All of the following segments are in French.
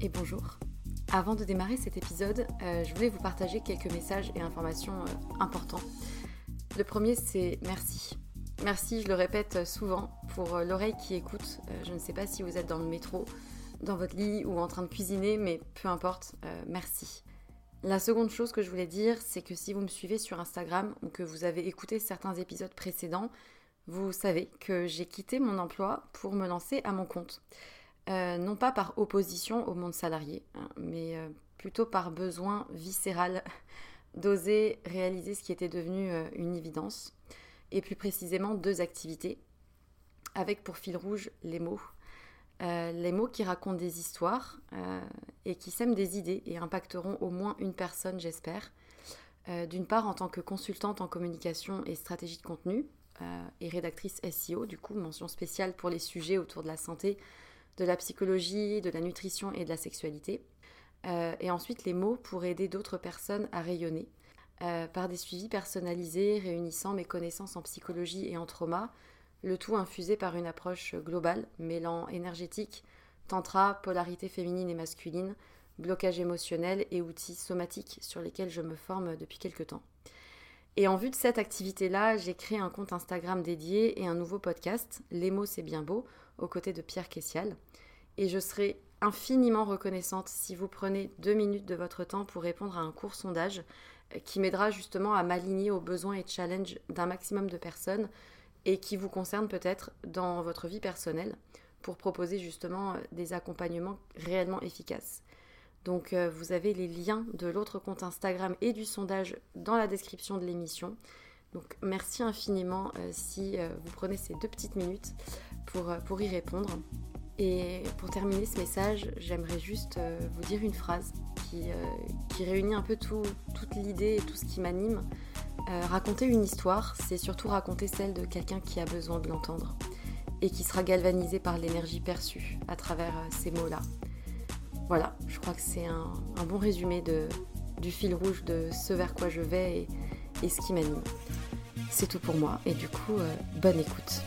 et bonjour. Avant de démarrer cet épisode, je voulais vous partager quelques messages et informations importants. Le premier, c'est merci. Merci, je le répète souvent, pour l'oreille qui écoute. Je ne sais pas si vous êtes dans le métro, dans votre lit ou en train de cuisiner, mais peu importe, merci. La seconde chose que je voulais dire, c'est que si vous me suivez sur Instagram ou que vous avez écouté certains épisodes précédents, vous savez que j'ai quitté mon emploi pour me lancer à mon compte. Non pas par opposition au monde salarié, mais plutôt par besoin viscéral d'oser réaliser ce qui était devenu une évidence, et plus précisément 2 activités, avec pour fil rouge les mots qui racontent des histoires et qui sèment des idées et impacteront au moins une personne, j'espère. D'une part en tant que consultante en communication et stratégie de contenu et rédactrice SEO, du coup mention spéciale pour les sujets autour de la santé, de la psychologie, de la nutrition et de la sexualité. Et ensuite les mots pour aider d'autres personnes à rayonner par des suivis personnalisés réunissant mes connaissances en psychologie et en trauma, le tout infusé par une approche globale mêlant énergétique, tantra, polarité féminine et masculine, blocage émotionnel et outils somatiques sur lesquels je me forme depuis quelques temps. Et en vue de cette activité-là, j'ai créé un compte Instagram dédié et un nouveau podcast, Les mots c'est bien beau, aux côtés de Pierre Kessial. Et je serai infiniment reconnaissante si vous prenez 2 minutes de votre temps pour répondre à un court sondage qui m'aidera justement à m'aligner aux besoins et challenges d'un maximum de personnes et qui vous concerne peut-être dans votre vie personnelle pour proposer justement des accompagnements réellement efficaces. Donc vous avez les liens de l'autre compte Instagram et du sondage dans la description de l'émission. Donc merci infiniment si vous prenez ces 2 petites minutes pour y répondre. Et pour terminer ce message, j'aimerais juste vous dire une phrase qui réunit un peu toute l'idée et tout ce qui m'anime. Raconter une histoire, c'est surtout raconter celle de quelqu'un qui a besoin de l'entendre et qui sera galvanisé par l'énergie perçue à travers ces mots-là. Voilà, je crois que c'est un bon résumé du fil rouge de ce vers quoi je vais et ce qui m'anime. C'est tout pour moi et du coup, bonne écoute.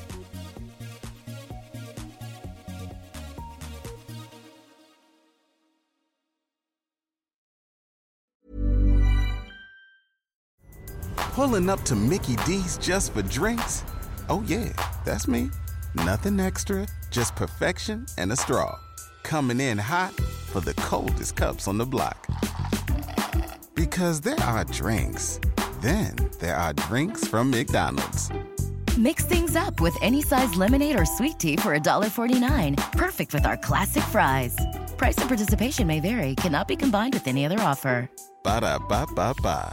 Pulling up to Mickey D's just for drinks? Oh yeah, that's me. Nothing extra, just perfection and a straw. Coming in hot for the coldest cups on the block. Because there are drinks. Then there are drinks from McDonald's. Mix things up with any size lemonade or sweet tea for $1.49. Perfect with our classic fries. Price and participation may vary. Cannot be combined with any other offer. Ba-da-ba-ba-ba.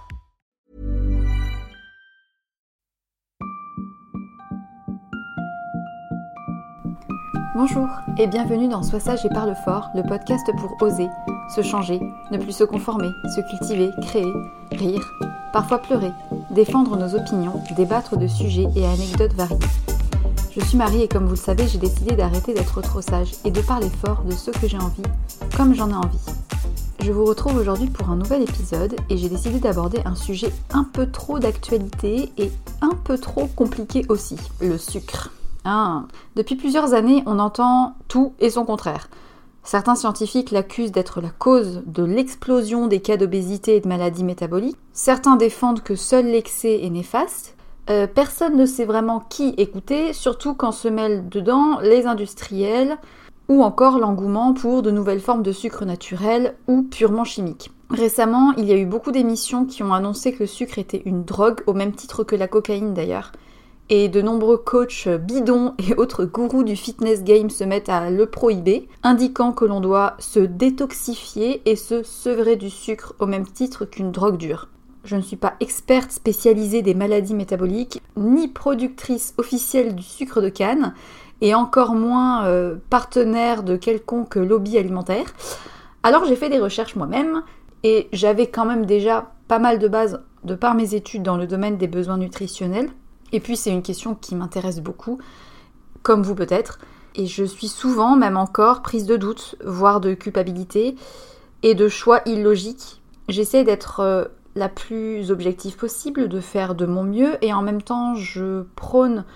Bonjour et bienvenue dans Sois sage et parle fort, le podcast pour oser, se changer, ne plus se conformer, se cultiver, créer, rire, parfois pleurer, défendre nos opinions, débattre de sujets et anecdotes variés. Je suis Marie et comme vous le savez, j'ai décidé d'arrêter d'être trop sage et de parler fort de ce que j'ai envie, comme j'en ai envie. Je vous retrouve aujourd'hui pour un nouvel épisode et j'ai décidé d'aborder un sujet un peu trop d'actualité et un peu trop compliqué aussi, le sucre. Depuis plusieurs années, on entend tout et son contraire. Certains scientifiques l'accusent d'être la cause de l'explosion des cas d'obésité et de maladies métaboliques. Certains défendent que seul l'excès est néfaste. Personne ne sait vraiment qui écouter, surtout quand se mêlent dedans les industriels ou encore l'engouement pour de nouvelles formes de sucre naturel ou purement chimiques. Récemment, il y a eu beaucoup d'émissions qui ont annoncé que le sucre était une drogue, au même titre que la cocaïne d'ailleurs. Et de nombreux coachs bidons et autres gourous du fitness game se mettent à le prohiber, indiquant que l'on doit se détoxifier et se sevrer du sucre au même titre qu'une drogue dure. Je ne suis pas experte spécialisée des maladies métaboliques, ni productrice officielle du sucre de canne, et encore moins partenaire de quelconque lobby alimentaire. Alors j'ai fait des recherches moi-même, et j'avais quand même déjà pas mal de bases de par mes études dans le domaine des besoins nutritionnels. Et puis c'est une question qui m'intéresse beaucoup, comme vous peut-être, et je suis souvent, même encore, prise de doute, voire de culpabilité, et de choix illogiques. J'essaie d'être la plus objective possible, de faire de mon mieux, et en même temps je prône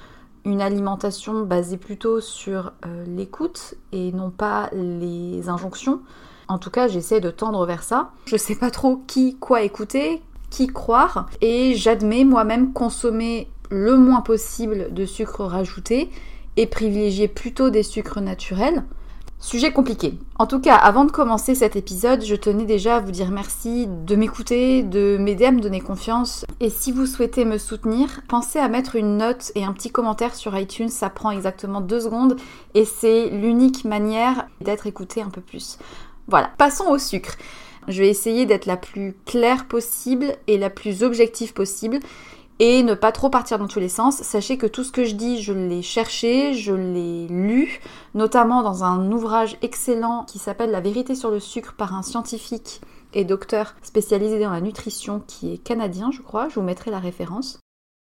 une alimentation basée plutôt sur l'écoute et non pas les injonctions. En tout cas, j'essaie de tendre vers ça. Je sais pas trop quoi écouter, qui croire, et j'admets moi-même consommer le moins possible de sucre rajouté et privilégier plutôt des sucres naturels. Sujet compliqué. En tout cas, avant de commencer cet épisode, je tenais déjà à vous dire merci de m'écouter, de m'aider à me donner confiance. Et si vous souhaitez me soutenir, pensez à mettre une note et un petit commentaire sur iTunes, ça prend exactement 2 secondes et c'est l'unique manière d'être écouté un peu plus. Voilà, passons au sucre. Je vais essayer d'être la plus claire possible et la plus objective possible et ne pas trop partir dans tous les sens. Sachez que tout ce que je dis, je l'ai cherché, je l'ai lu, notamment dans un ouvrage excellent qui s'appelle « La vérité sur le sucre » par un scientifique et docteur spécialisé dans la nutrition qui est canadien, je crois. Je vous mettrai la référence.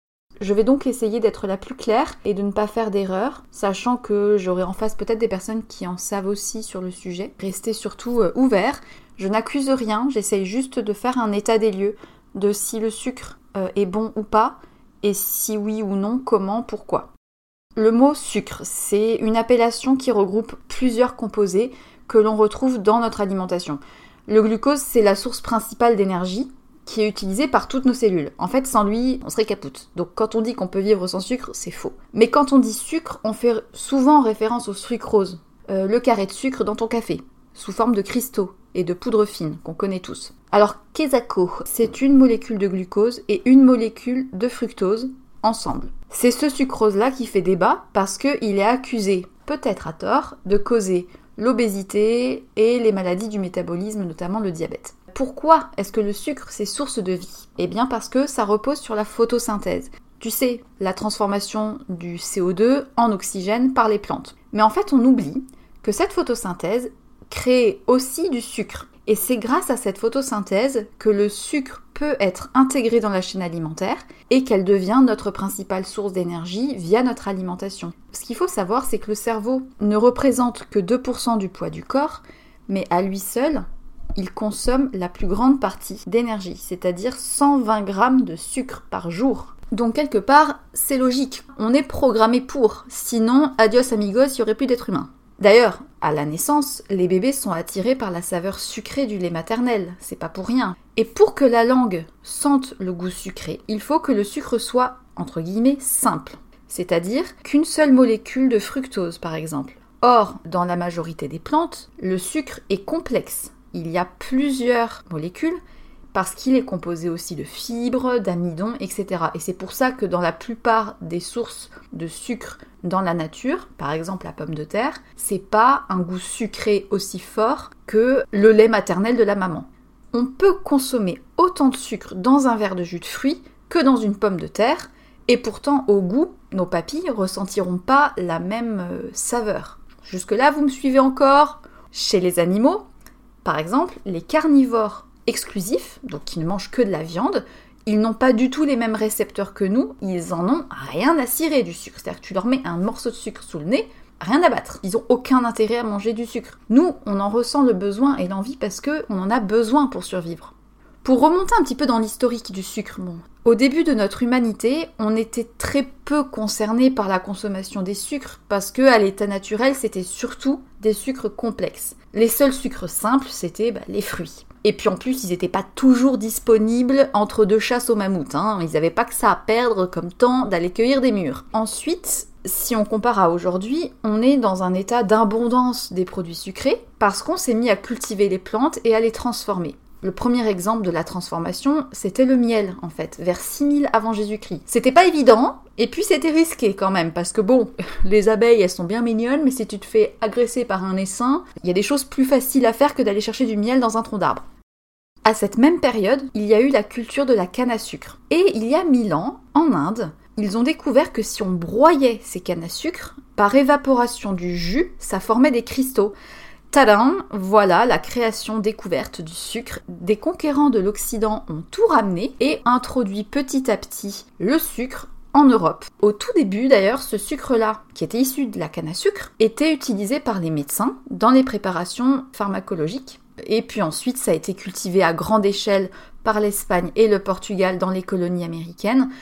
Je vais donc essayer d'être la plus claire et de ne pas faire d'erreurs, sachant que j'aurai en face peut-être des personnes qui en savent aussi sur le sujet. Restez surtout ouverts. Je n'accuse rien, j'essaye juste de faire un état des lieux de si le sucre est bon ou pas, et si oui ou non, comment, pourquoi. Le mot sucre, c'est une appellation qui regroupe plusieurs composés que l'on retrouve dans notre alimentation. Le glucose, c'est la source principale d'énergie qui est utilisée par toutes nos cellules. En fait, sans lui, on serait capoute. Donc quand on dit qu'on peut vivre sans sucre, c'est faux. Mais quand on dit sucre, on fait souvent référence au sucrose, le carré de sucre dans ton café, sous forme de cristaux et de poudre fine, qu'on connaît tous. Alors, quesaco, c'est une molécule de glucose et une molécule de fructose ensemble. C'est ce sucrose-là qui fait débat parce qu'il est accusé, peut-être à tort, de causer l'obésité et les maladies du métabolisme, notamment le diabète. Pourquoi est-ce que le sucre, c'est source de vie ? Eh bien parce que ça repose sur la photosynthèse. Tu sais, la transformation du CO2 en oxygène par les plantes. Mais en fait, on oublie que cette photosynthèse crée aussi du sucre. Et c'est grâce à cette photosynthèse que le sucre peut être intégré dans la chaîne alimentaire et qu'elle devient notre principale source d'énergie via notre alimentation. Ce qu'il faut savoir, c'est que le cerveau ne représente que 2% du poids du corps, mais à lui seul, il consomme la plus grande partie d'énergie, c'est-à-dire 120 grammes de sucre par jour. Donc quelque part, c'est logique, on est programmé pour, sinon, adios amigos, il n'y aurait plus d'êtres humains. D'ailleurs, à la naissance, les bébés sont attirés par la saveur sucrée du lait maternel, c'est pas pour rien. Et pour que la langue sente le goût sucré, il faut que le sucre soit, entre guillemets, simple. C'est-à-dire qu'une seule molécule de fructose, par exemple. Or, dans la majorité des plantes, le sucre est complexe. Il y a plusieurs molécules parce qu'il est composé aussi de fibres, d'amidon, etc. Et c'est pour ça que dans la plupart des sources de sucre dans la nature, par exemple la pomme de terre, c'est pas un goût sucré aussi fort que le lait maternel de la maman. On peut consommer autant de sucre dans un verre de jus de fruits que dans une pomme de terre, et pourtant au goût, nos papilles ressentiront pas la même saveur. Jusque-là, vous me suivez encore ? Chez les animaux, par exemple, les carnivores exclusifs, donc qui ne mangent que de la viande, ils n'ont pas du tout les mêmes récepteurs que nous, ils en ont rien à cirer du sucre. C'est-à-dire que tu leur mets un morceau de sucre sous le nez, rien à battre. Ils n'ont aucun intérêt à manger du sucre. Nous, on en ressent le besoin et l'envie parce qu'on en a besoin pour survivre. Pour remonter un petit peu dans l'historique du sucre, au début de notre humanité, on était très peu concernés par la consommation des sucres parce qu'à l'état naturel, c'était surtout des sucres complexes. Les seuls sucres simples, c'était les fruits. Et puis en plus, ils n'étaient pas toujours disponibles entre deux chasses aux mammouths. Ils n'avaient pas que ça à perdre comme temps d'aller cueillir des mûres. Ensuite, si on compare à aujourd'hui, on est dans un état d'abondance des produits sucrés parce qu'on s'est mis à cultiver les plantes et à les transformer. Le premier exemple de la transformation, c'était le miel, en fait, vers 6000 avant Jésus-Christ. C'était pas évident, et puis c'était risqué quand même, parce que les abeilles, elles sont bien mignonnes, mais si tu te fais agresser par un essaim, il y a des choses plus faciles à faire que d'aller chercher du miel dans un tronc d'arbre. À cette même période, il y a eu la culture de la canne à sucre. Et il y a 1000 ans, en Inde, ils ont découvert que si on broyait ces cannes à sucre, par évaporation du jus, ça formait des cristaux. Tadam, voilà la création découverte du sucre. Des conquérants de l'Occident ont tout ramené et introduit petit à petit le sucre en Europe. Au tout début d'ailleurs, ce sucre-là, qui était issu de la canne à sucre, était utilisé par les médecins dans les préparations pharmacologiques. Et puis ensuite, ça a été cultivé à grande échelle par l'Espagne et le Portugal dans les colonies américaines.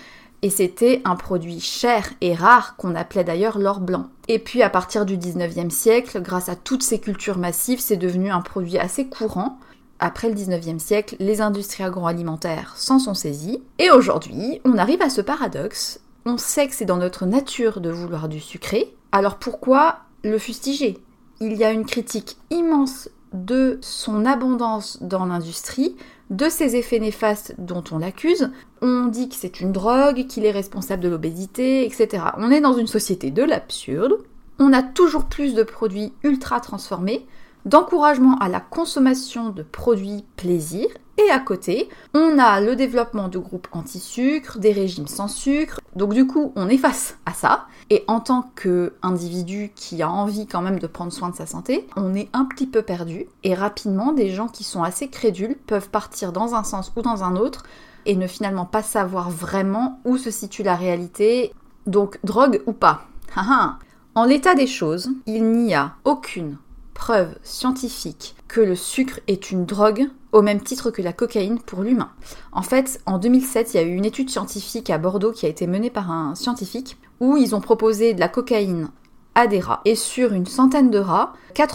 Et c'était un produit cher et rare qu'on appelait d'ailleurs l'or blanc. Et puis à partir du 19e siècle, grâce à toutes ces cultures massives, c'est devenu un produit assez courant. Après le 19e siècle, les industries agroalimentaires s'en sont saisies. Et aujourd'hui, on arrive à ce paradoxe. On sait que c'est dans notre nature de vouloir du sucré. Alors pourquoi le fustiger ? Il y a une critique immense de son abondance dans l'industrie, de ses effets néfastes dont on l'accuse. On dit que c'est une drogue, qu'il est responsable de l'obésité, etc. On est dans une société de l'absurde. On a toujours plus de produits ultra transformés, d'encouragement à la consommation de produits plaisir. Et à côté, on a le développement de groupes anti-sucre, des régimes sans sucre. Donc du coup, on est face à ça. Et en tant qu'individu qui a envie quand même de prendre soin de sa santé, on est un petit peu perdu. Et rapidement, des gens qui sont assez crédules peuvent partir dans un sens ou dans un autre et ne finalement pas savoir vraiment où se situe la réalité. Donc, drogue ou pas ? En l'état des choses, il n'y a aucune preuve scientifique que le sucre est une drogue au même titre que la cocaïne pour l'humain. En fait, en 2007, il y a eu une étude scientifique à Bordeaux qui a été menée par un scientifique où ils ont proposé de la cocaïne à des rats. Et sur une centaine de rats,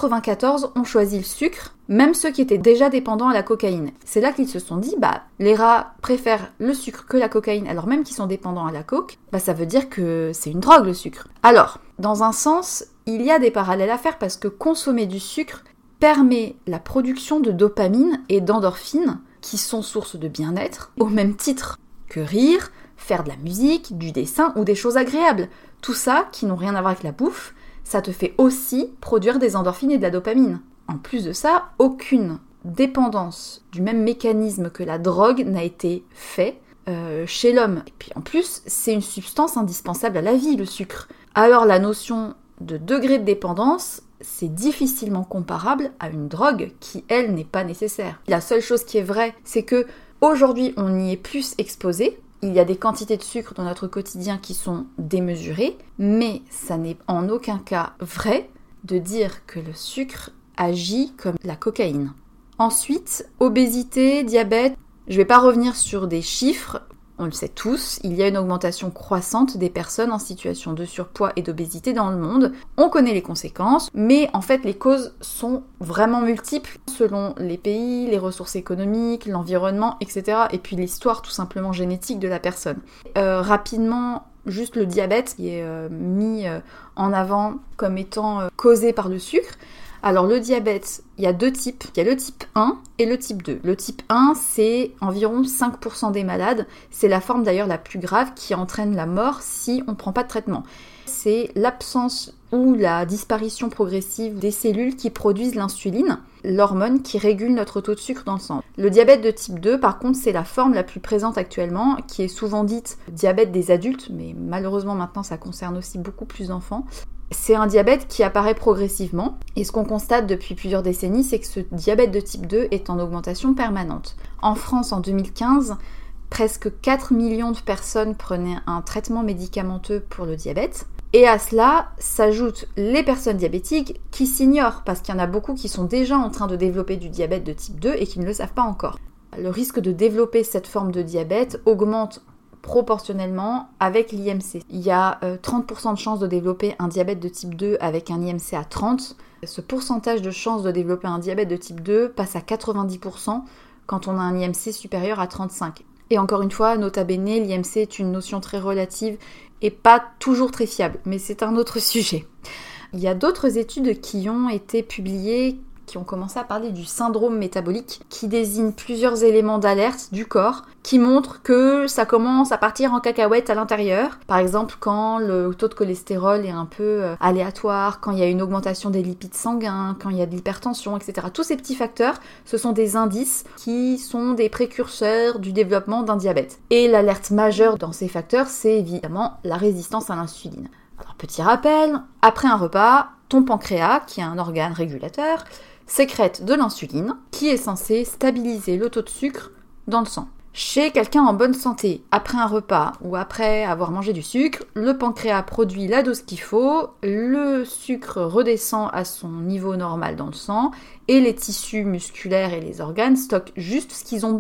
94 ont choisi le sucre, même ceux qui étaient déjà dépendants à la cocaïne. C'est là qu'ils se sont dit, les rats préfèrent le sucre que la cocaïne, alors même qu'ils sont dépendants à la coke, ça veut dire que c'est une drogue le sucre. Alors, dans un sens, il y a des parallèles à faire parce que consommer du sucre permet la production de dopamine et d'endorphines qui sont sources de bien-être, au même titre que rire, faire de la musique, du dessin ou des choses agréables. Tout ça, qui n'ont rien à voir avec la bouffe, ça te fait aussi produire des endorphines et de la dopamine. En plus de ça, aucune dépendance du même mécanisme que la drogue n'a été faite chez l'homme. Et puis en plus, c'est une substance indispensable à la vie, le sucre. Alors la notion de degré de dépendance, c'est difficilement comparable à une drogue qui, elle, n'est pas nécessaire. La seule chose qui est vraie, c'est que aujourd'hui, on y est plus exposé. Il y a des quantités de sucre dans notre quotidien qui sont démesurées, mais ça n'est en aucun cas vrai de dire que le sucre agit comme la cocaïne. Ensuite, obésité, diabète, je ne vais pas revenir sur des chiffres. On le sait tous, il y a une augmentation croissante des personnes en situation de surpoids et d'obésité dans le monde. On connaît les conséquences, mais en fait les causes sont vraiment multiples selon les pays, les ressources économiques, l'environnement, etc. Et puis l'histoire tout simplement génétique de la personne. Rapidement, juste le diabète qui est mis en avant comme étant causé par le sucre. Alors le diabète, il y a deux types, il y a le type 1 et le type 2. Le type 1, c'est environ 5% des malades, c'est la forme d'ailleurs la plus grave qui entraîne la mort si on ne prend pas de traitement. C'est l'absence ou la disparition progressive des cellules qui produisent l'insuline, l'hormone qui régule notre taux de sucre dans le sang. Le diabète de type 2, par contre, c'est la forme la plus présente actuellement, qui est souvent dite diabète des adultes, mais malheureusement maintenant ça concerne aussi beaucoup plus d'enfants. C'est un diabète qui apparaît progressivement et ce qu'on constate depuis plusieurs décennies, c'est que ce diabète de type 2 est en augmentation permanente. En France, en 2015, presque 4 millions de personnes prenaient un traitement médicamenteux pour le diabète. Et à cela s'ajoutent les personnes diabétiques qui s'ignorent parce qu'il y en a beaucoup qui sont déjà en train de développer du diabète de type 2 et qui ne le savent pas encore. Le risque de développer cette forme de diabète augmente proportionnellement avec l'IMC. Il y a 30% de chances de développer un diabète de type 2 avec un IMC à 30. Ce pourcentage de chances de développer un diabète de type 2 passe à 90% quand on a un IMC supérieur à 35. Et encore une fois, nota bene, l'IMC est une notion très relative et pas toujours très fiable, mais c'est un autre sujet. Il y a d'autres études qui ont été publiées qui ont commencé à parler du syndrome métabolique, qui désigne plusieurs éléments d'alerte du corps, qui montrent que ça commence à partir en cacahuète à l'intérieur. Par exemple, quand le taux de cholestérol est un peu aléatoire, quand il y a une augmentation des lipides sanguins, quand il y a de l'hypertension, etc. Tous ces petits facteurs, ce sont des indices qui sont des précurseurs du développement d'un diabète. Et l'alerte majeure dans ces facteurs, c'est évidemment la résistance à l'insuline. Alors, petit rappel, après un repas, ton pancréas, qui est un organe régulateur, sécrète de l'insuline qui est censée stabiliser le taux de sucre dans le sang. Chez quelqu'un en bonne santé, après un repas ou après avoir mangé du sucre, le pancréas produit la dose qu'il faut, le sucre redescend à son niveau normal dans le sang et les tissus musculaires et les organes stockent juste ce qu'ils ont besoin.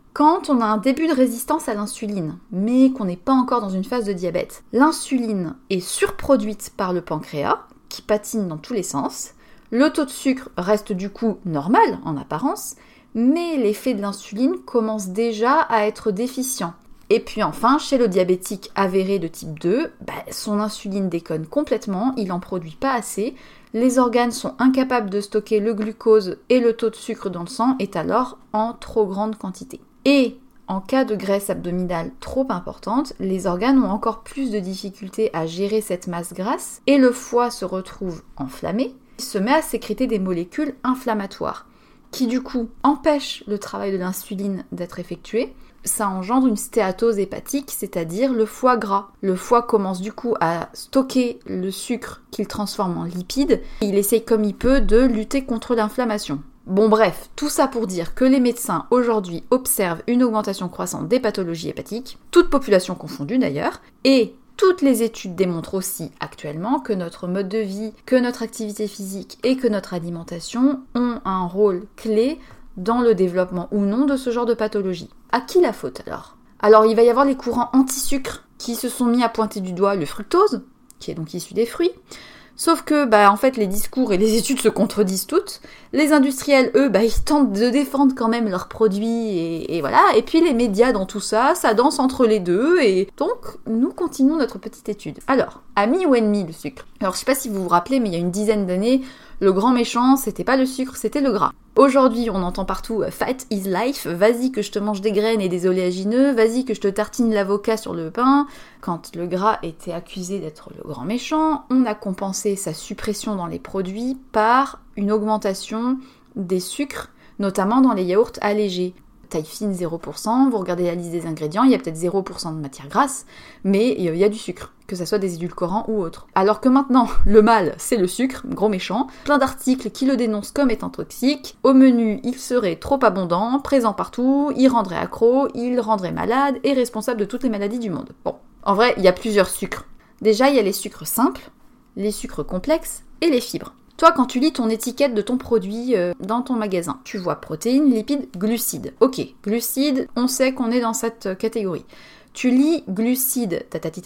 Quand on a un début de résistance à l'insuline, mais qu'on n'est pas encore dans une phase de diabète, l'insuline est surproduite par le pancréas, qui patine dans tous les sens. Le taux de sucre reste du coup normal en apparence, mais l'effet de l'insuline commence déjà à être déficient. Et puis enfin, chez le diabétique avéré de type 2, son insuline déconne complètement, il n'en produit pas assez, les organes sont incapables de stocker le glucose et le taux de sucre dans le sang est alors en trop grande quantité. Et en cas de graisse abdominale trop importante, les organes ont encore plus de difficultés à gérer cette masse grasse et le foie se retrouve enflammé, il se met à sécréter des molécules inflammatoires qui du coup empêchent le travail de l'insuline d'être effectué. Ça engendre une stéatose hépatique, c'est-à-dire le foie gras. Le foie commence du coup à stocker le sucre qu'il transforme en lipides et il essaye comme il peut de lutter contre l'inflammation. Bon bref, tout ça pour dire que les médecins aujourd'hui observent une augmentation croissante des pathologies hépatiques, toute population confondue d'ailleurs, et toutes les études démontrent aussi actuellement que notre mode de vie, que notre activité physique et que notre alimentation ont un rôle clé dans le développement ou non de ce genre de pathologie. À qui la faute alors ? Alors il va y avoir les courants anti-sucre qui se sont mis à pointer du doigt le fructose, qui est donc issu des fruits. Sauf que, en fait, les discours et les études se contredisent toutes. Les industriels, eux, ils tentent de défendre quand même leurs produits et voilà. Et puis les médias dans tout ça, ça danse entre les deux et donc nous continuons notre petite étude. Alors, ami ou ennemi le sucre ? Alors je sais pas si vous vous rappelez, mais il y a une dizaine d'années, le grand méchant, c'était pas le sucre, c'était le gras. Aujourd'hui, on entend partout « Fat is life »,« Vas-y que je te mange des graines et des oléagineux »,« Vas-y que je te tartine l'avocat sur le pain ». Quand le gras était accusé d'être le grand méchant, on a compensé sa suppression dans les produits par une augmentation des sucres, notamment dans les yaourts allégés. Taille fine 0%, vous regardez la liste des ingrédients, il y a peut-être 0% de matière grasse, mais il y a du sucre, que ça soit des édulcorants ou autres. Alors que maintenant, le mal, c'est le sucre, gros méchant, plein d'articles qui le dénoncent comme étant toxique, au menu, il serait trop abondant, présent partout, il rendrait accro, il rendrait malade et responsable de toutes les maladies du monde. Bon, en vrai, il y a plusieurs sucres. Déjà, il y a les sucres simples, les sucres complexes et les fibres. Toi, quand tu lis ton étiquette de ton produit dans ton magasin, tu vois protéines, lipides, glucides. Ok, glucides, on sait qu'on est dans cette catégorie. Tu lis glucides,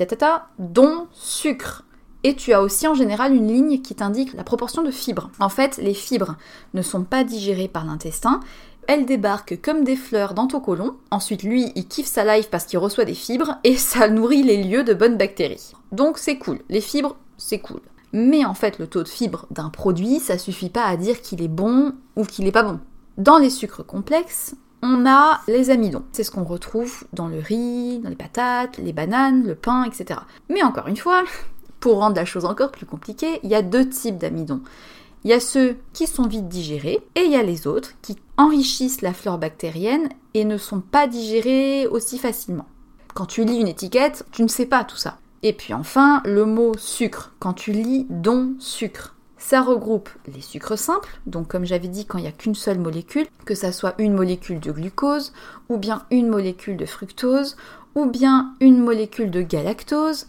dont sucre. Et tu as aussi en général une ligne qui t'indique la proportion de fibres. En fait, les fibres ne sont pas digérées par l'intestin. Elles débarquent comme des fleurs dans ton côlon. Ensuite, lui, il kiffe sa life parce qu'il reçoit des fibres et ça nourrit les lieux de bonnes bactéries. Donc c'est cool. Les fibres, c'est cool. Mais en fait, le taux de fibres d'un produit, ça suffit pas à dire qu'il est bon ou qu'il est pas bon. Dans les sucres complexes, on a les amidons. C'est ce qu'on retrouve dans le riz, dans les patates, les bananes, le pain, etc. Mais encore une fois, pour rendre la chose encore plus compliquée, il y a deux types d'amidons. Il y a ceux qui sont vite digérés et il y a les autres qui enrichissent la flore bactérienne et ne sont pas digérés aussi facilement. Quand tu lis une étiquette, tu ne sais pas tout ça. Et puis enfin, le mot sucre, quand tu lis dont sucre, ça regroupe les sucres simples, donc comme j'avais dit quand il n'y a qu'une seule molécule, que ça soit une molécule de glucose, ou bien une molécule de fructose, ou bien une molécule de galactose.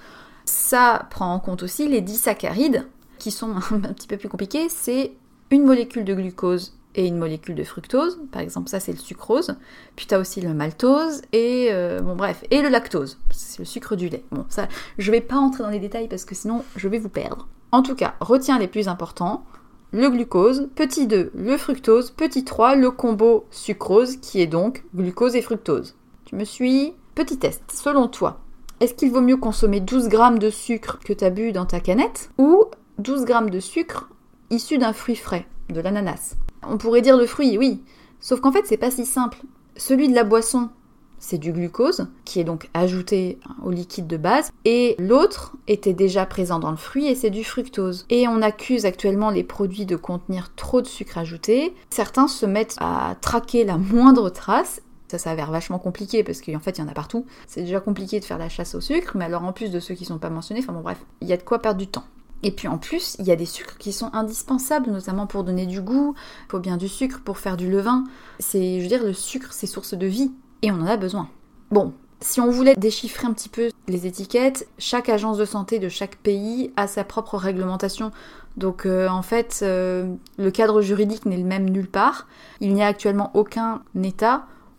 Ça prend en compte aussi les disaccharides, qui sont un petit peu plus compliqués, c'est une molécule de glucose et une molécule de fructose, par exemple ça c'est le sucrose, puis t'as aussi le maltose et et le lactose, c'est le sucre du lait. Bon ça, je vais pas entrer dans les détails parce que sinon je vais vous perdre. En tout cas, retiens les plus importants, le glucose, petit 2, le fructose, petit 3, le combo sucrose qui est donc glucose et fructose. Tu me suis ? Petit test, selon toi, est-ce qu'il vaut mieux consommer 12 grammes de sucre que t'as bu dans ta canette ou 12 grammes de sucre issu d'un fruit frais, de l'ananas ? On pourrait dire le fruit, oui, sauf qu'en fait c'est pas si simple. Celui de la boisson, c'est du glucose, qui est donc ajouté au liquide de base, et l'autre était déjà présent dans le fruit et c'est du fructose. Et on accuse actuellement les produits de contenir trop de sucre ajouté. Certains se mettent à traquer la moindre trace. Ça s'avère vachement compliqué parce qu'en fait il y en a partout. C'est déjà compliqué de faire la chasse au sucre, mais alors en plus de ceux qui sont pas mentionnés, enfin bon bref, il y a de quoi perdre du temps. Et puis en plus, il y a des sucres qui sont indispensables, notamment pour donner du goût. Il faut bien du sucre pour faire du levain. Le sucre, c'est source de vie. Et on en a besoin. Bon, si on voulait déchiffrer un petit peu les étiquettes, chaque agence de santé de chaque pays a sa propre réglementation. Donc le cadre juridique n'est le même nulle part. Il n'y a actuellement aucun État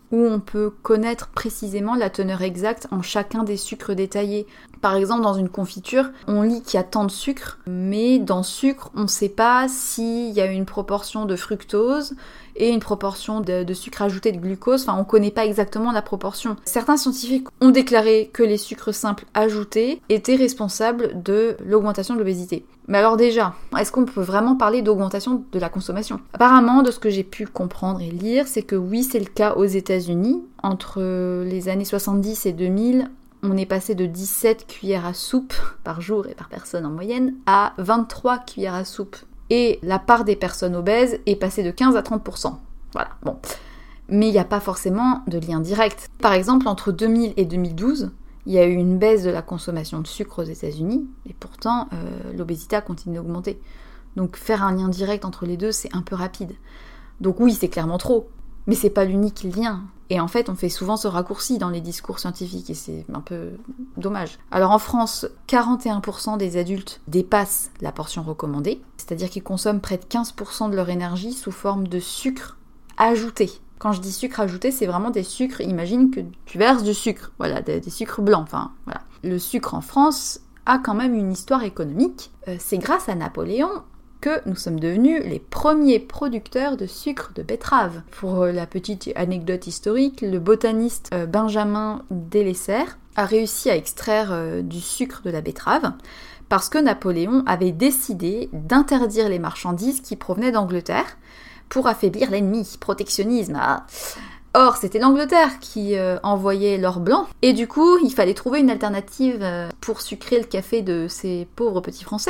où on peut connaître précisément la teneur exacte en chacun des sucres détaillés. Par exemple, dans une confiture, on lit qu'il y a tant de sucre, mais dans sucre, on ne sait pas s'il y a une proportion de fructose et une proportion de sucre ajouté de glucose, enfin on ne connaît pas exactement la proportion. Certains scientifiques ont déclaré que les sucres simples ajoutés étaient responsables de l'augmentation de l'obésité. Mais alors déjà, est-ce qu'on peut vraiment parler d'augmentation de la consommation ? Apparemment, de ce que j'ai pu comprendre et lire, c'est que oui, c'est le cas aux États-Unis. Entre les années 70 et 2000, on est passé de 17 cuillères à soupe par jour et par personne en moyenne à 23 cuillères à soupe. Et la part des personnes obèses est passée de 15 à 30%. Voilà, bon. Mais il n'y a pas forcément de lien direct. Par exemple, entre 2000 et 2012, il y a eu une baisse de la consommation de sucre aux États-Unis, et pourtant, l'obésité a continué d'augmenter. Donc faire un lien direct entre les deux, c'est un peu rapide. Donc oui, c'est clairement trop, mais c'est pas l'unique lien. Et en fait, on fait souvent ce raccourci dans les discours scientifiques, et c'est un peu dommage. Alors en France, 41% des adultes dépassent la portion recommandée, c'est-à-dire qu'ils consomment près de 15% de leur énergie sous forme de sucre ajouté. Quand je dis sucre ajouté, c'est vraiment des sucres, imagine que tu verses du sucre, voilà, des sucres blancs, enfin, voilà. Le sucre en France a quand même une histoire économique. C'est grâce à Napoléon que nous sommes devenus les premiers producteurs de sucre de betterave. Pour la petite anecdote historique, le botaniste Benjamin Delessert a réussi à extraire du sucre de la betterave parce que Napoléon avait décidé d'interdire les marchandises qui provenaient d'Angleterre pour affaiblir l'ennemi, protectionnisme. Or, c'était l'Angleterre qui envoyait l'or blanc, et du coup, il fallait trouver une alternative pour sucrer le café de ces pauvres petits Français.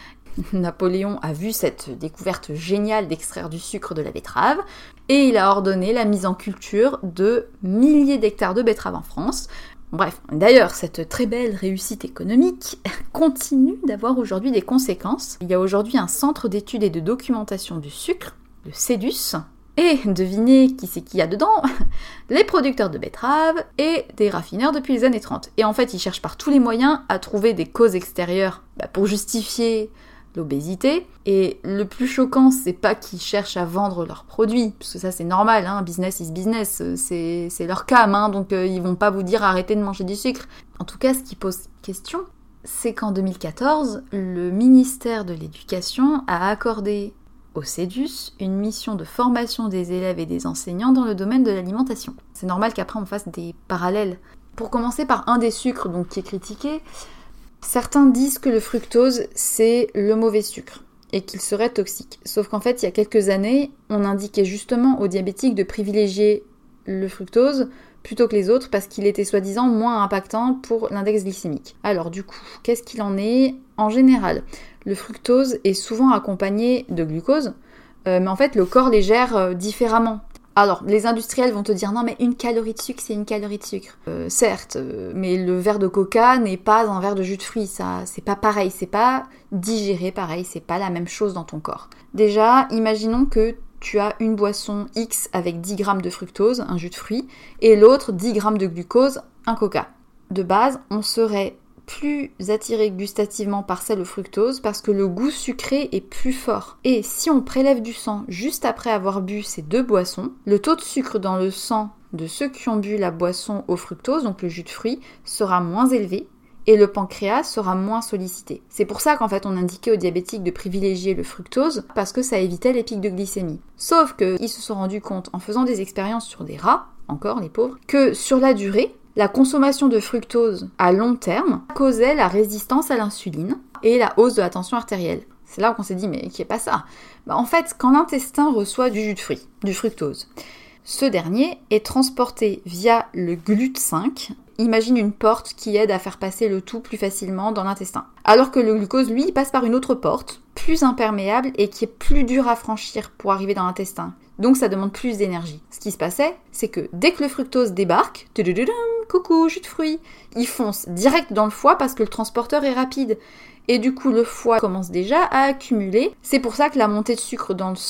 Napoléon a vu cette découverte géniale d'extraire du sucre de la betterave, et il a ordonné la mise en culture de milliers d'hectares de betteraves en France. Bref, d'ailleurs, cette très belle réussite économique continue d'avoir aujourd'hui des conséquences. Il y a aujourd'hui un centre d'études et de documentation du sucre, le CEDUS, et devinez qui c'est qu'il y a dedans ? Les producteurs de betteraves et des raffineurs depuis les années 30. Et en fait, ils cherchent par tous les moyens à trouver des causes extérieures pour justifier l'obésité. Et le plus choquant, c'est pas qu'ils cherchent à vendre leurs produits, parce que ça c'est normal, hein, business is business, c'est leur cam, hein, donc ils vont pas vous dire arrêtez de manger du sucre. En tout cas, ce qui pose question, c'est qu'en 2014, le ministère de l'Éducation a accordé au CEDUS une mission de formation des élèves et des enseignants dans le domaine de l'alimentation. C'est normal qu'après on fasse des parallèles. Pour commencer par un des sucres donc, qui est critiqué, certains disent que le fructose c'est le mauvais sucre et qu'il serait toxique. Sauf qu'en fait, il y a quelques années, on indiquait justement aux diabétiques de privilégier le fructose plutôt que les autres parce qu'il était soi-disant moins impactant pour l'index glycémique. Alors du coup, qu'est-ce qu'il en est ? En général, le fructose est souvent accompagné de glucose, mais en fait le corps les gère différemment. Alors, les industriels vont te dire non mais une calorie de sucre c'est une calorie de sucre. Certes, mais le verre de coca n'est pas un verre de jus de fruits, ça c'est pas pareil, c'est pas digéré pareil, c'est pas la même chose dans ton corps. Déjà, imaginons que tu as une boisson X avec 10 grammes de fructose, un jus de fruits, et l'autre 10 grammes de glucose, un coca. De base, on serait plus attiré gustativement par celle au fructose parce que le goût sucré est plus fort. Et si on prélève du sang juste après avoir bu ces deux boissons, le taux de sucre dans le sang de ceux qui ont bu la boisson au fructose, donc le jus de fruits, sera moins élevé et le pancréas sera moins sollicité. C'est pour ça qu'en fait on indiquait aux diabétiques de privilégier le fructose parce que ça évitait les pics de glycémie. Sauf qu'ils se sont rendus compte en faisant des expériences sur des rats, encore les pauvres, que sur la durée, la consommation de fructose à long terme causait la résistance à l'insuline et la hausse de la tension artérielle. C'est là qu'on s'est dit, mais qui est pas ça ? En fait, quand l'intestin reçoit du jus de fruits, du fructose, ce dernier est transporté via le GLUT5. Imagine une porte qui aide à faire passer le tout plus facilement dans l'intestin. Alors que le glucose, lui, il passe par une autre porte, plus imperméable et qui est plus dure à franchir pour arriver dans l'intestin. Donc ça demande plus d'énergie. Ce qui se passait, c'est que dès que le fructose débarque, coucou, jus de fruits, il fonce direct dans le foie parce que le transporteur est rapide. Et du coup, le foie commence déjà à accumuler. C'est pour ça que la montée de sucre dans le sang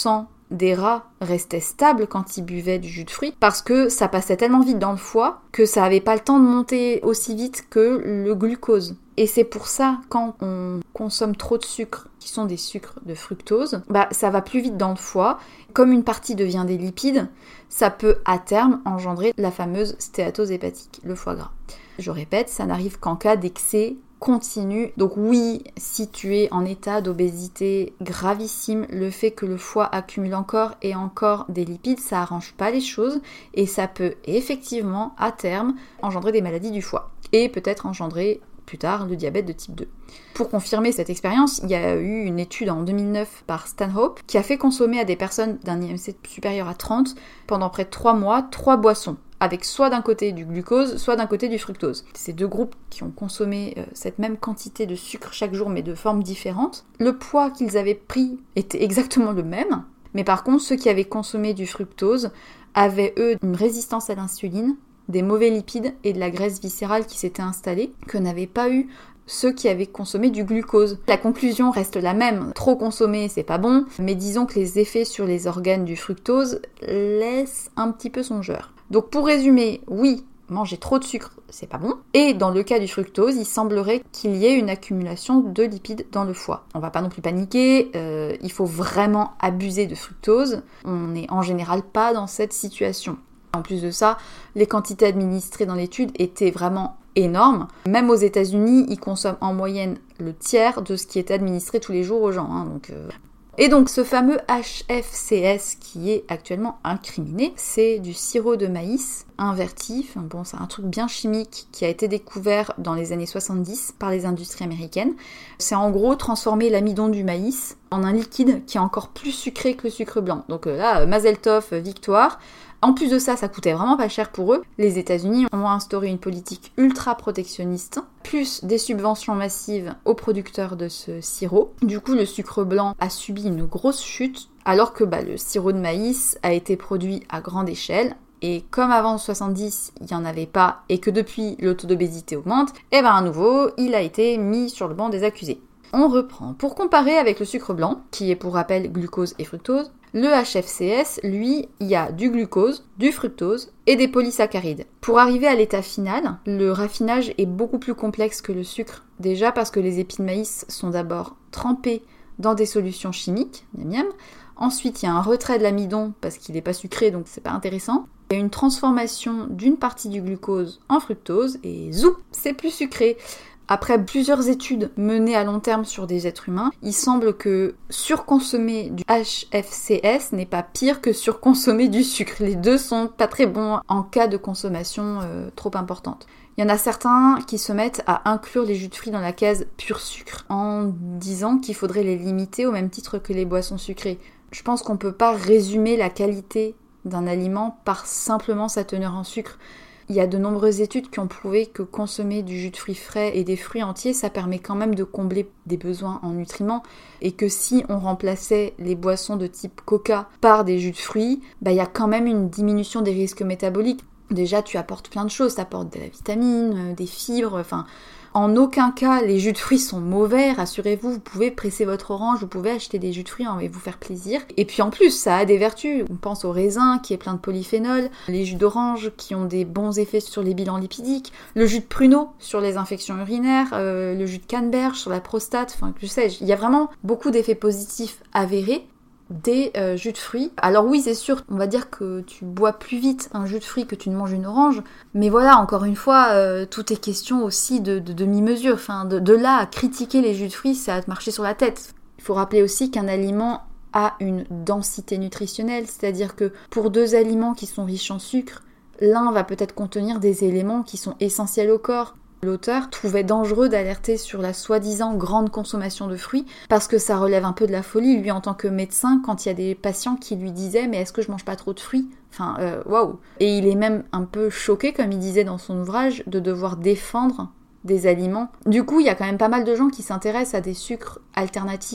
des rats restaient stables quand ils buvaient du jus de fruits parce que ça passait tellement vite dans le foie que ça n'avait pas le temps de monter aussi vite que le glucose. Et c'est pour ça, quand on consomme trop de sucre, qui sont des sucres de fructose, ça va plus vite dans le foie. Comme une partie devient des lipides, ça peut à terme engendrer la fameuse stéatose hépatique, le foie gras. Je répète, ça n'arrive qu'en cas d'excès continu. Donc oui, si tu es en état d'obésité gravissime, le fait que le foie accumule encore et encore des lipides, ça arrange pas les choses et ça peut effectivement, à terme, engendrer des maladies du foie et peut-être engendrer plus tard le diabète de type 2. Pour confirmer cette expérience, il y a eu une étude en 2009 par Stanhope qui a fait consommer à des personnes d'un IMC supérieur à 30 pendant près de 3 mois 3 boissons, avec soit d'un côté du glucose, soit d'un côté du fructose. Ces deux groupes qui ont consommé cette même quantité de sucre chaque jour mais de formes différentes, le poids qu'ils avaient pris était exactement le même, mais par contre ceux qui avaient consommé du fructose avaient eux une résistance à l'insuline, des mauvais lipides et de la graisse viscérale qui s'était installée, que n'avaient pas eu ceux qui avaient consommé du glucose. La conclusion reste la même, trop consommer c'est pas bon, mais disons que les effets sur les organes du fructose laissent un petit peu songeur. Donc pour résumer, oui, manger trop de sucre c'est pas bon, et dans le cas du fructose, il semblerait qu'il y ait une accumulation de lipides dans le foie. On va pas non plus paniquer, il faut vraiment abuser de fructose, on n'est en général pas dans cette situation. En plus de ça, les quantités administrées dans l'étude étaient vraiment énormes. Même aux États-Unis, ils consomment en moyenne le tiers de ce qui est administré tous les jours aux gens. Et donc ce fameux HFCS qui est actuellement incriminé, c'est du sirop de maïs inverti. C'est un truc bien chimique qui a été découvert dans les années 70 par les industries américaines. C'est en gros transformer l'amidon du maïs en un liquide qui est encore plus sucré que le sucre blanc. Donc là, Mazel Tov, victoire. En plus de ça, ça coûtait vraiment pas cher pour eux. Les États-Unis ont instauré une politique ultra protectionniste, plus des subventions massives aux producteurs de ce sirop. Du coup, le sucre blanc a subi une grosse chute, alors que le sirop de maïs a été produit à grande échelle. Et comme avant 70, il n'y en avait pas, et que depuis, le taux d'obésité augmente, à nouveau, il a été mis sur le banc des accusés. On reprend. Pour comparer avec le sucre blanc, qui est pour rappel glucose et fructose, le HFCS, lui, il y a du glucose, du fructose et des polysaccharides. Pour arriver à l'état final, le raffinage est beaucoup plus complexe que le sucre. Déjà parce que les épis de maïs sont d'abord trempés dans des solutions chimiques, miam miam. Ensuite, il y a un retrait de l'amidon parce qu'il n'est pas sucré, donc c'est pas intéressant. Il y a une transformation d'une partie du glucose en fructose et zoup, c'est plus sucré. Après plusieurs études menées à long terme sur des êtres humains, il semble que surconsommer du HFCS n'est pas pire que surconsommer du sucre. Les deux sont pas très bons en cas de consommation trop importante. Il y en a certains qui se mettent à inclure les jus de fruits dans la case pur sucre en disant qu'il faudrait les limiter au même titre que les boissons sucrées. Je pense qu'on peut pas résumer la qualité d'un aliment par simplement sa teneur en sucre. Il y a de nombreuses études qui ont prouvé que consommer du jus de fruits frais et des fruits entiers, ça permet quand même de combler des besoins en nutriments et que si on remplaçait les boissons de type coca par des jus de fruits, il y a quand même une diminution des risques métaboliques. Déjà, tu apportes plein de choses, tu apportes de la vitamine, des fibres, en aucun cas, les jus de fruits sont mauvais, rassurez-vous, vous pouvez presser votre orange, vous pouvez acheter des jus de fruits et vous faire plaisir. Et puis en plus, ça a des vertus. On pense au raisin qui est plein de polyphénols, les jus d'orange qui ont des bons effets sur les bilans lipidiques, le jus de pruneau sur les infections urinaires, le jus de canneberge sur la prostate, il y a vraiment beaucoup d'effets positifs avérés des jus de fruits. Alors oui, c'est sûr, on va dire que tu bois plus vite un jus de fruits que tu ne manges une orange, mais voilà, encore une fois, tout est question aussi de demi-mesure. De là à critiquer les jus de fruits, c'est à te marcher sur la tête. Il faut rappeler aussi qu'un aliment a une densité nutritionnelle, c'est-à-dire que pour deux aliments qui sont riches en sucre, l'un va peut-être contenir des éléments qui sont essentiels au corps. L'auteur trouvait dangereux d'alerter sur la soi-disant grande consommation de fruits parce que ça relève un peu de la folie, lui en tant que médecin, quand il y a des patients qui lui disaient « mais est-ce que je mange pas trop de fruits ?» waouh. Et il est même un peu choqué, comme il disait dans son ouvrage, de devoir défendre des aliments. Du coup, il y a quand même pas mal de gens qui s'intéressent à des sucres alternatifs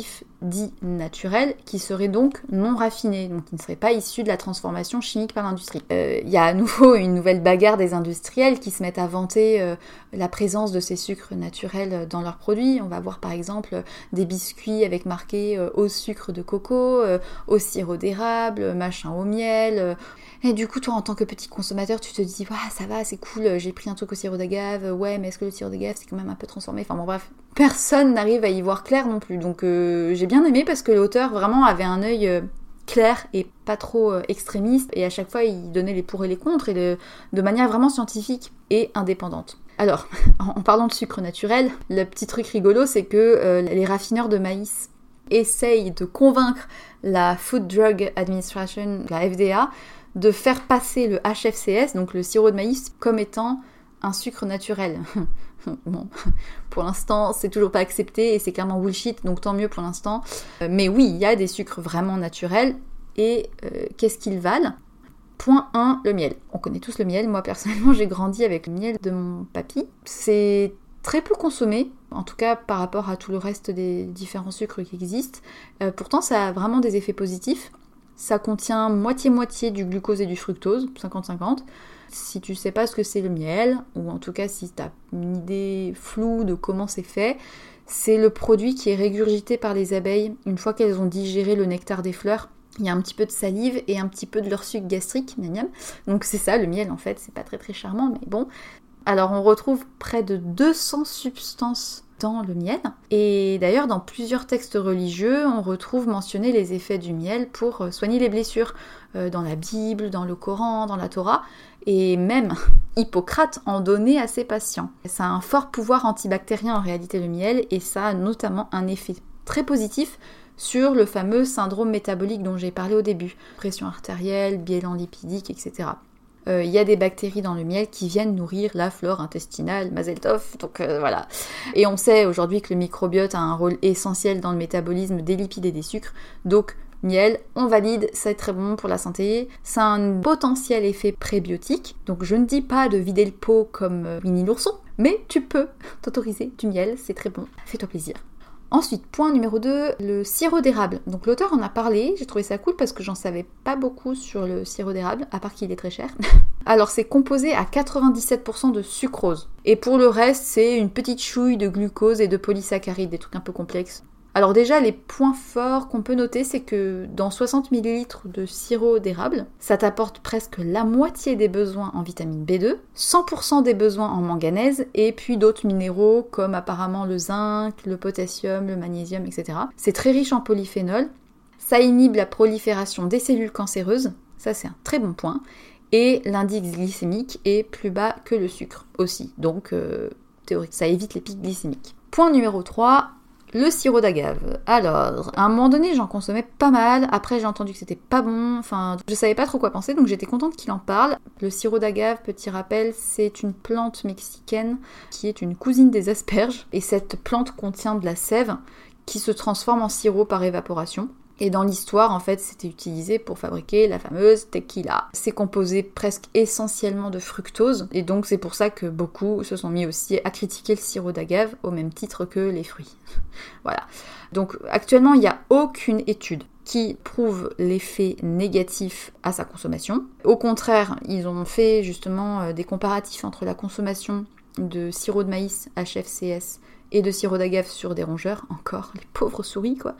dits naturels, qui seraient donc non raffinés, donc qui ne seraient pas issus de la transformation chimique par l'industrie. Il y a à nouveau une nouvelle bagarre des industriels qui se mettent à vanter la présence de ces sucres naturels dans leurs produits. On va voir par exemple des biscuits avec marqué au sucre de coco, au sirop d'érable, machin au miel. Et du coup, toi, en tant que petit consommateur, tu te dis « ça va, c'est cool, j'ai pris un truc au sirop d'agave, ouais, mais est-ce que le sirop d'agave, c'est quand même un peu transformé ?» Enfin bon, bref, personne n'arrive à y voir clair non plus. Donc j'ai bien aimé parce que l'auteur vraiment avait un œil clair et pas trop extrémiste. Et à chaque fois, il donnait les pour et les contre, et de manière vraiment scientifique et indépendante. Alors, en parlant de sucre naturel, le petit truc rigolo, c'est que les raffineurs de maïs essayent de convaincre la Food Drug Administration, la FDA, de faire passer le HFCS, donc le sirop de maïs, comme étant un sucre naturel. Bon, pour l'instant, c'est toujours pas accepté et c'est clairement bullshit, donc tant mieux pour l'instant. Mais oui, il y a des sucres vraiment naturels. Et qu'est-ce qu'ils valent ? Point 1, le miel. On connaît tous le miel. Moi, personnellement, j'ai grandi avec le miel de mon papy. C'est très peu consommé, en tout cas par rapport à tout le reste des différents sucres qui existent. Pourtant, ça a vraiment des effets positifs. Ça contient moitié-moitié du glucose et du fructose, 50-50. Si tu sais pas ce que c'est le miel, ou en tout cas si tu as une idée floue de comment c'est fait, c'est le produit qui est régurgité par les abeilles une fois qu'elles ont digéré le nectar des fleurs. Il y a un petit peu de salive et un petit peu de leur sucre gastrique, miam miam. Donc c'est ça le miel en fait, c'est pas très très charmant, mais bon. Alors on retrouve près de 200 substances dans le miel. Et d'ailleurs, dans plusieurs textes religieux, on retrouve mentionner les effets du miel pour soigner les blessures. Dans la Bible, dans le Coran, dans la Torah. Et même Hippocrate en donnait à ses patients. Ça a un fort pouvoir antibactérien en réalité le miel, et ça a notamment un effet très positif sur le fameux syndrome métabolique dont j'ai parlé au début. Pression artérielle, bilan lipidique, etc. Il y a des bactéries dans le miel qui viennent nourrir la flore intestinale, Mazel Tov, donc voilà. Et on sait aujourd'hui que le microbiote a un rôle essentiel dans le métabolisme des lipides et des sucres, donc miel, on valide, c'est très bon pour la santé. Ça a un potentiel effet prébiotique, donc je ne dis pas de vider le pot comme Winnie l'ourson, mais tu peux t'autoriser du miel, c'est très bon, fais-toi plaisir. Ensuite, point numéro 2, le sirop d'érable. Donc l'auteur en a parlé, j'ai trouvé ça cool parce que j'en savais pas beaucoup sur le sirop d'érable, à part qu'il est très cher. Alors c'est composé à 97% de sucrose. Et pour le reste, c'est une petite chouille de glucose et de polysaccharides, des trucs un peu complexes. Alors déjà, les points forts qu'on peut noter, c'est que dans 60 ml de sirop d'érable, ça t'apporte presque la moitié des besoins en vitamine B2, 100% des besoins en manganèse, et puis d'autres minéraux comme apparemment le zinc, le potassium, le magnésium, etc. C'est très riche en polyphénol, ça inhibe la prolifération des cellules cancéreuses, ça c'est un très bon point, et l'indice glycémique est plus bas que le sucre aussi, donc théorique, ça évite les pics glycémiques. Point numéro 3, le sirop d'agave. Alors, à un moment donné, j'en consommais pas mal. Après, j'ai entendu que c'était pas bon. Enfin, je savais pas trop quoi penser, donc j'étais contente qu'il en parle. Le sirop d'agave, petit rappel, c'est une plante mexicaine qui est une cousine des asperges. Et cette plante contient de la sève qui se transforme en sirop par évaporation. Et dans l'histoire, en fait, c'était utilisé pour fabriquer la fameuse tequila. C'est composé presque essentiellement de fructose, et donc c'est pour ça que beaucoup se sont mis aussi à critiquer le sirop d'agave, au même titre que les fruits. Voilà. Donc actuellement, il n'y a aucune étude qui prouve l'effet négatif à sa consommation. Au contraire, ils ont fait justement des comparatifs entre la consommation de sirop de maïs, HFCS, et de sirop d'agave sur des rongeurs, encore, les pauvres souris quoi.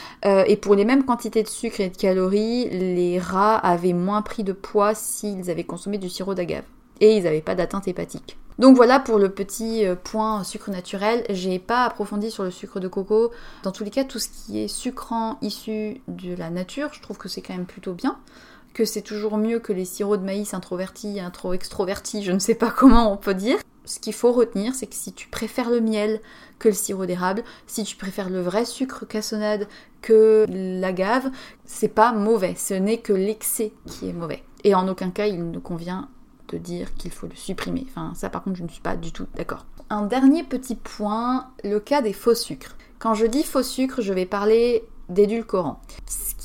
Et pour les mêmes quantités de sucre et de calories, les rats avaient moins pris de poids s'ils avaient consommé du sirop d'agave. Et ils n'avaient pas d'atteinte hépatique. Donc voilà pour le petit point sucre naturel. J'ai pas approfondi sur le sucre de coco. Dans tous les cas, tout ce qui est sucrant issu de la nature, je trouve que c'est quand même plutôt bien. Que c'est toujours mieux que les sirops de maïs introvertis, extrovertis, je ne sais pas comment on peut dire. Ce qu'il faut retenir, c'est que si tu préfères le miel que le sirop d'érable, si tu préfères le vrai sucre cassonade que l'agave, c'est pas mauvais, ce n'est que l'excès qui est mauvais. Et en aucun cas, il ne convient de dire qu'il faut le supprimer. Enfin, ça par contre, je ne suis pas du tout d'accord. Un dernier petit point, le cas des faux sucres. Quand je dis faux sucres, je vais parler d'édulcorants. Ce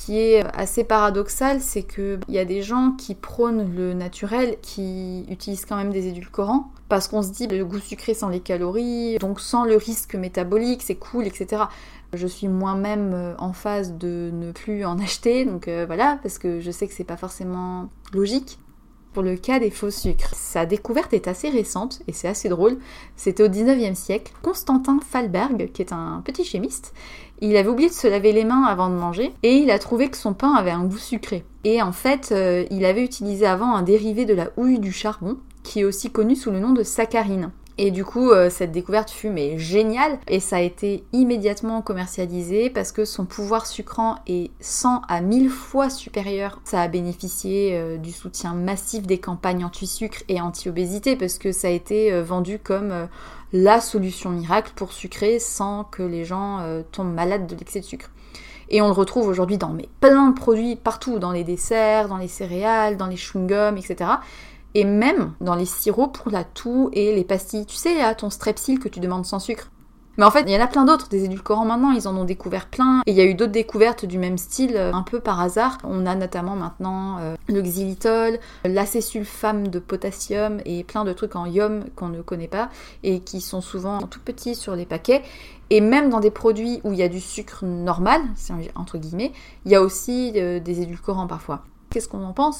qui est assez paradoxal, c'est qu'il y a des gens qui prônent le naturel, qui utilisent quand même des édulcorants, parce qu'on se dit le goût sucré sans les calories, donc sans le risque métabolique, c'est cool, etc. Je suis moi-même en phase de ne plus en acheter, donc voilà, parce que je sais que c'est pas forcément logique. Pour le cas des faux sucres, sa découverte est assez récente et c'est assez drôle. C'était au 19e siècle. Constantin Fahlberg, qui est un petit chimiste, il avait oublié de se laver les mains avant de manger et il a trouvé que son pain avait un goût sucré. Et en fait, il avait utilisé avant un dérivé de la houille du charbon, qui est aussi connu sous le nom de saccharine. Et du coup, cette découverte fut géniale et ça a été immédiatement commercialisé parce que son pouvoir sucrant est 100 à 1000 fois supérieur. Ça a bénéficié du soutien massif des campagnes anti-sucre et anti-obésité parce que ça a été vendu comme la solution miracle pour sucrer sans que les gens tombent malades de l'excès de sucre. Et on le retrouve aujourd'hui dans plein de produits partout, dans les desserts, dans les céréales, dans les chewing-gums, etc. Et même dans les sirops pour la toux et les pastilles. Tu sais, là, ton Strepsil que tu demandes sans sucre. Mais en fait, il y en a plein d'autres, des édulcorants maintenant, ils en ont découvert plein. Et il y a eu d'autres découvertes du même style, un peu par hasard. On a notamment maintenant le xylitol, l'acésulfame de potassium et plein de trucs en iode qu'on ne connaît pas et qui sont souvent tout petits sur les paquets. Et même dans des produits où il y a du sucre normal, entre guillemets, il y a aussi des édulcorants parfois. Qu'est-ce qu'on en pense ?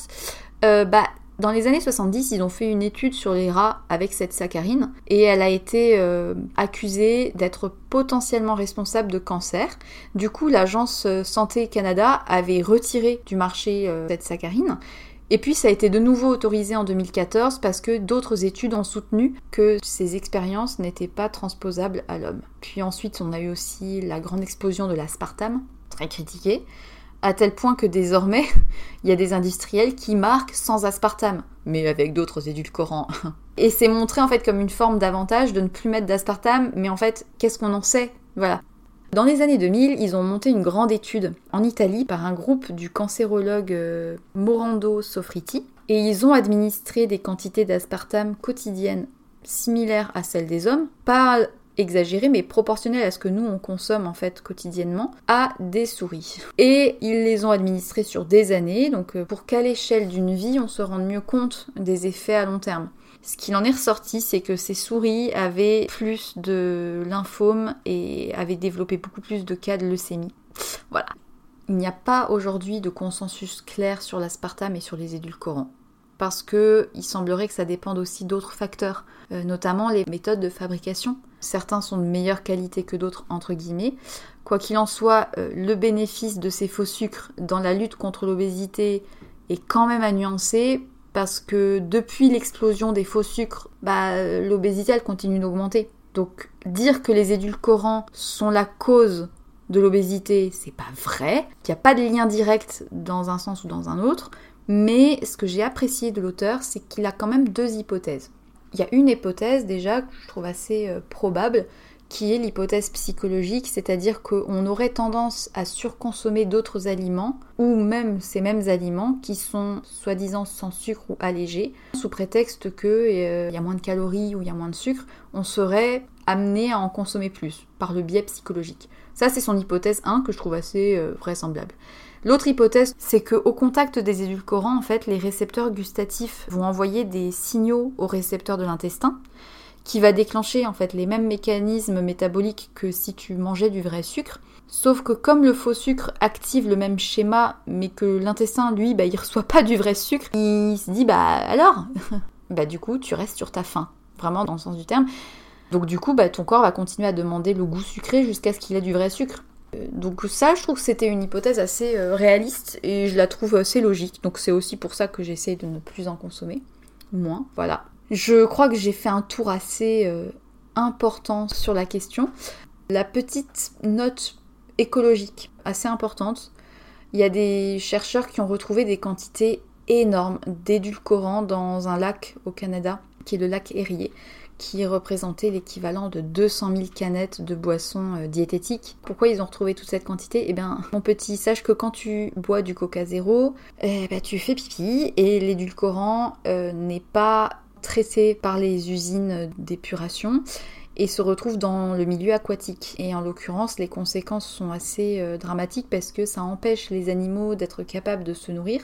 Dans les années 70, ils ont fait une étude sur les rats avec cette saccharine et elle a été accusée d'être potentiellement responsable de cancer. Du coup, l'agence Santé Canada avait retiré du marché cette saccharine. Et puis ça a été de nouveau autorisé en 2014 parce que d'autres études ont soutenu que ces expériences n'étaient pas transposables à l'homme. Puis ensuite, on a eu aussi la grande explosion de l'aspartame, très critiquée, à tel point que désormais, il y a des industriels qui marquent sans aspartame, mais avec d'autres édulcorants. Et c'est montré en fait comme une forme d'avantage de ne plus mettre d'aspartame, mais en fait, qu'est-ce qu'on en sait ? Voilà. Dans les années 2000, ils ont monté une grande étude en Italie par un groupe du cancérologue Morando Sofriti, et ils ont administré des quantités d'aspartame quotidiennes similaires à celles des hommes, pas exagéré mais proportionnel à ce que nous on consomme en fait quotidiennement, à des souris. Et ils les ont administrés sur des années, donc pour qu'à l'échelle d'une vie on se rende mieux compte des effets à long terme. Ce qu'il en est ressorti, c'est que ces souris avaient plus de lymphome et avaient développé beaucoup plus de cas de leucémie. Voilà. Il n'y a pas aujourd'hui de consensus clair sur l'aspartame et sur les édulcorants. Parce qu'il semblerait que ça dépende aussi d'autres facteurs, notamment les méthodes de fabrication. Certains sont de meilleure qualité que d'autres, entre guillemets. Quoi qu'il en soit, le bénéfice de ces faux sucres dans la lutte contre l'obésité est quand même à nuancer, parce que depuis l'explosion des faux sucres, l'obésité elle continue d'augmenter. Donc dire que les édulcorants sont la cause de l'obésité, c'est pas vrai. Il n'y a pas de lien direct dans un sens ou dans un autre. Mais ce que j'ai apprécié de l'auteur, c'est qu'il a quand même deux hypothèses. Il y a une hypothèse déjà que je trouve assez probable, qui est l'hypothèse psychologique, c'est-à-dire qu'on aurait tendance à surconsommer d'autres aliments, ou même ces mêmes aliments qui sont soi-disant sans sucre ou allégés, sous prétexte qu'il y a moins de calories ou il y a moins de sucre, on serait amené à en consommer plus, par le biais psychologique. Ça, c'est son hypothèse 1 que je trouve assez vraisemblable. L'autre hypothèse, c'est qu'au contact des édulcorants, en fait, les récepteurs gustatifs vont envoyer des signaux aux récepteurs de l'intestin, qui va déclencher en fait les mêmes mécanismes métaboliques que si tu mangeais du vrai sucre. Sauf que comme le faux sucre active le même schéma, mais que l'intestin, lui, il reçoit pas du vrai sucre, il se dit, alors du coup, tu restes sur ta faim, vraiment dans le sens du terme. Donc du coup, ton corps va continuer à demander le goût sucré jusqu'à ce qu'il ait du vrai sucre. Donc ça, je trouve que c'était une hypothèse assez réaliste et je la trouve assez logique. Donc c'est aussi pour ça que j'essaie de ne plus en consommer. Moins, voilà. Je crois que j'ai fait un tour assez important sur la question. La petite note écologique, assez importante. Il y a des chercheurs qui ont retrouvé des quantités énormes d'édulcorants dans un lac au Canada, qui est le lac Erie, qui représentait l'équivalent de 200 000 canettes de boissons diététiques. Pourquoi ils ont retrouvé toute cette quantité ? Mon petit, sache que quand tu bois du Coca Zéro, tu fais pipi et l'édulcorant n'est pas traité par les usines d'épuration et se retrouvent dans le milieu aquatique. Et en l'occurrence, les conséquences sont assez dramatiques parce que ça empêche les animaux d'être capables de se nourrir.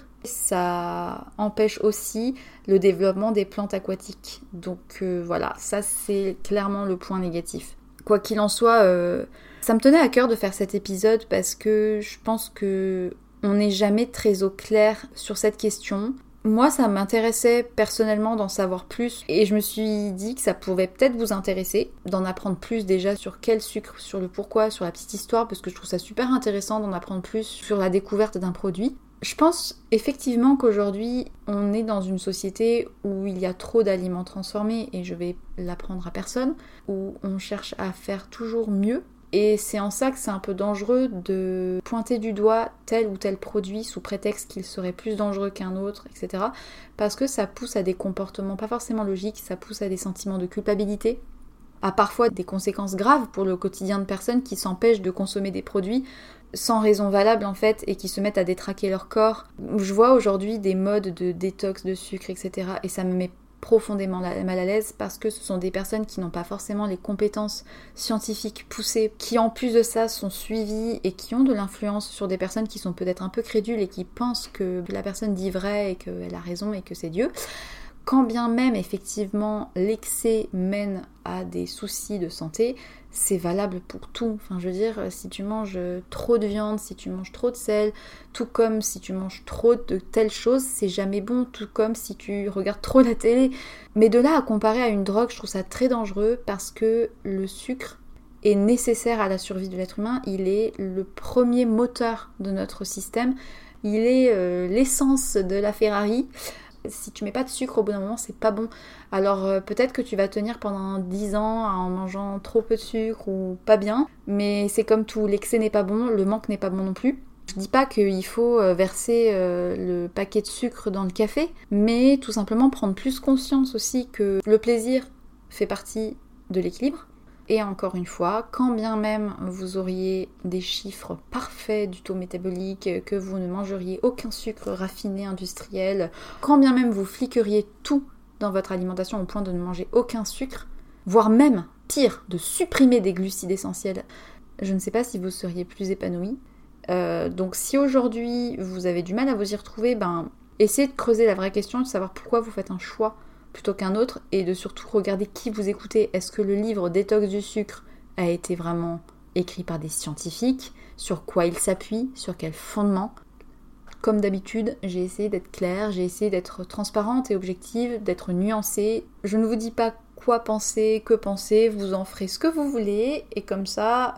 Ça empêche aussi le développement des plantes aquatiques. Donc voilà, ça c'est clairement le point négatif. Quoi qu'il en soit, ça me tenait à cœur de faire cet épisode parce que je pense que on n'est jamais très au clair sur cette question. Moi, ça m'intéressait personnellement d'en savoir plus et je me suis dit que ça pouvait peut-être vous intéresser, d'en apprendre plus déjà sur quel sucre, sur le pourquoi, sur la petite histoire, parce que je trouve ça super intéressant d'en apprendre plus sur la découverte d'un produit. Je pense effectivement qu'aujourd'hui, on est dans une société où il y a trop d'aliments transformés, et je vais l'apprendre à personne, où on cherche à faire toujours mieux. Et c'est en ça que c'est un peu dangereux de pointer du doigt tel ou tel produit sous prétexte qu'il serait plus dangereux qu'un autre, etc. Parce que ça pousse à des comportements pas forcément logiques, ça pousse à des sentiments de culpabilité, à parfois des conséquences graves pour le quotidien de personnes qui s'empêchent de consommer des produits sans raison valable en fait, et qui se mettent à détraquer leur corps. Je vois aujourd'hui des modes de détox de sucre, etc. et ça me met profondément mal à l'aise parce que ce sont des personnes qui n'ont pas forcément les compétences scientifiques poussées, qui en plus de ça sont suivies et qui ont de l'influence sur des personnes qui sont peut-être un peu crédules et qui pensent que la personne dit vrai et qu'elle a raison et que c'est Dieu. Quand bien même effectivement l'excès mène à des soucis de santé, c'est valable pour tout. Enfin, je veux dire, si tu manges trop de viande, si tu manges trop de sel, tout comme si tu manges trop de telle chose, c'est jamais bon, tout comme si tu regardes trop la télé. Mais de là à comparer à une drogue, je trouve ça très dangereux parce que le sucre est nécessaire à la survie de l'être humain. Il est le premier moteur de notre système. Il est l'essence de la Ferrari. Si tu mets pas de sucre au bout d'un moment, c'est pas bon. Alors peut-être que tu vas tenir pendant 10 ans en mangeant trop peu de sucre ou pas bien, mais c'est comme tout, l'excès n'est pas bon, le manque n'est pas bon non plus. Je dis pas qu'il faut verser le paquet de sucre dans le café, mais tout simplement prendre plus conscience aussi que le plaisir fait partie de l'équilibre. Et encore une fois, quand bien même vous auriez des chiffres parfaits du taux métabolique, que vous ne mangeriez aucun sucre raffiné industriel, quand bien même vous fliqueriez tout dans votre alimentation au point de ne manger aucun sucre, voire même, pire, de supprimer des glucides essentiels, je ne sais pas si vous seriez plus épanoui. Donc si aujourd'hui vous avez du mal à vous y retrouver, essayez de creuser la vraie question, de savoir pourquoi vous faites un choix plutôt qu'un autre, et de surtout regarder qui vous écoutez. Est-ce que le livre Détox du sucre a été vraiment écrit par des scientifiques? Sur quoi il s'appuie? Sur quel fondement? Comme d'habitude, j'ai essayé d'être claire, j'ai essayé d'être transparente et objective, d'être nuancée. Je ne vous dis pas quoi penser, que penser, vous en ferez ce que vous voulez, et comme ça,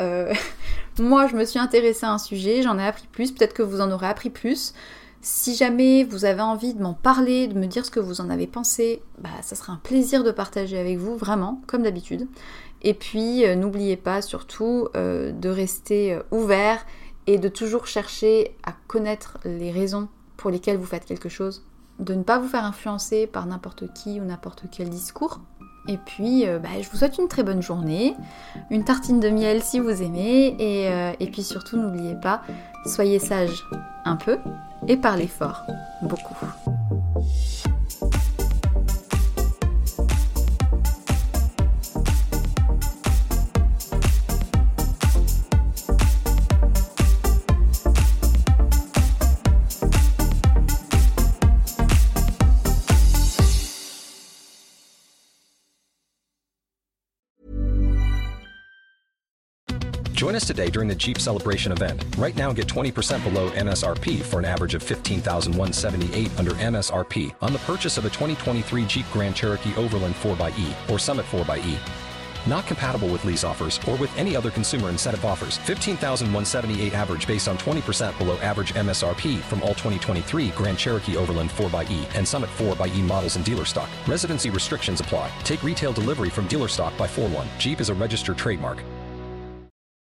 moi je me suis intéressée à un sujet, j'en ai appris plus, peut-être que vous en aurez appris plus. Si jamais vous avez envie de m'en parler, de me dire ce que vous en avez pensé, ça sera un plaisir de partager avec vous, vraiment, comme d'habitude. Et puis, n'oubliez pas surtout de rester ouvert et de toujours chercher à connaître les raisons pour lesquelles vous faites quelque chose. De ne pas vous faire influencer par n'importe qui ou n'importe quel discours. Et puis, je vous souhaite une très bonne journée, une tartine de miel si vous aimez, et puis surtout, n'oubliez pas, soyez sages un peu et parlez fort beaucoup. Join us today during the Jeep Celebration event. Right now, get 20% below MSRP for an average of $15,178 under MSRP on the purchase of a 2023 Jeep Grand Cherokee Overland 4xE or Summit 4xE. Not compatible with lease offers or with any other consumer incentive offers. $15,178 average based on 20% below average MSRP from all 2023 Grand Cherokee Overland 4xE and Summit 4xE models in dealer stock. Residency restrictions apply. Take retail delivery from dealer stock by 4/1. Jeep is a registered trademark.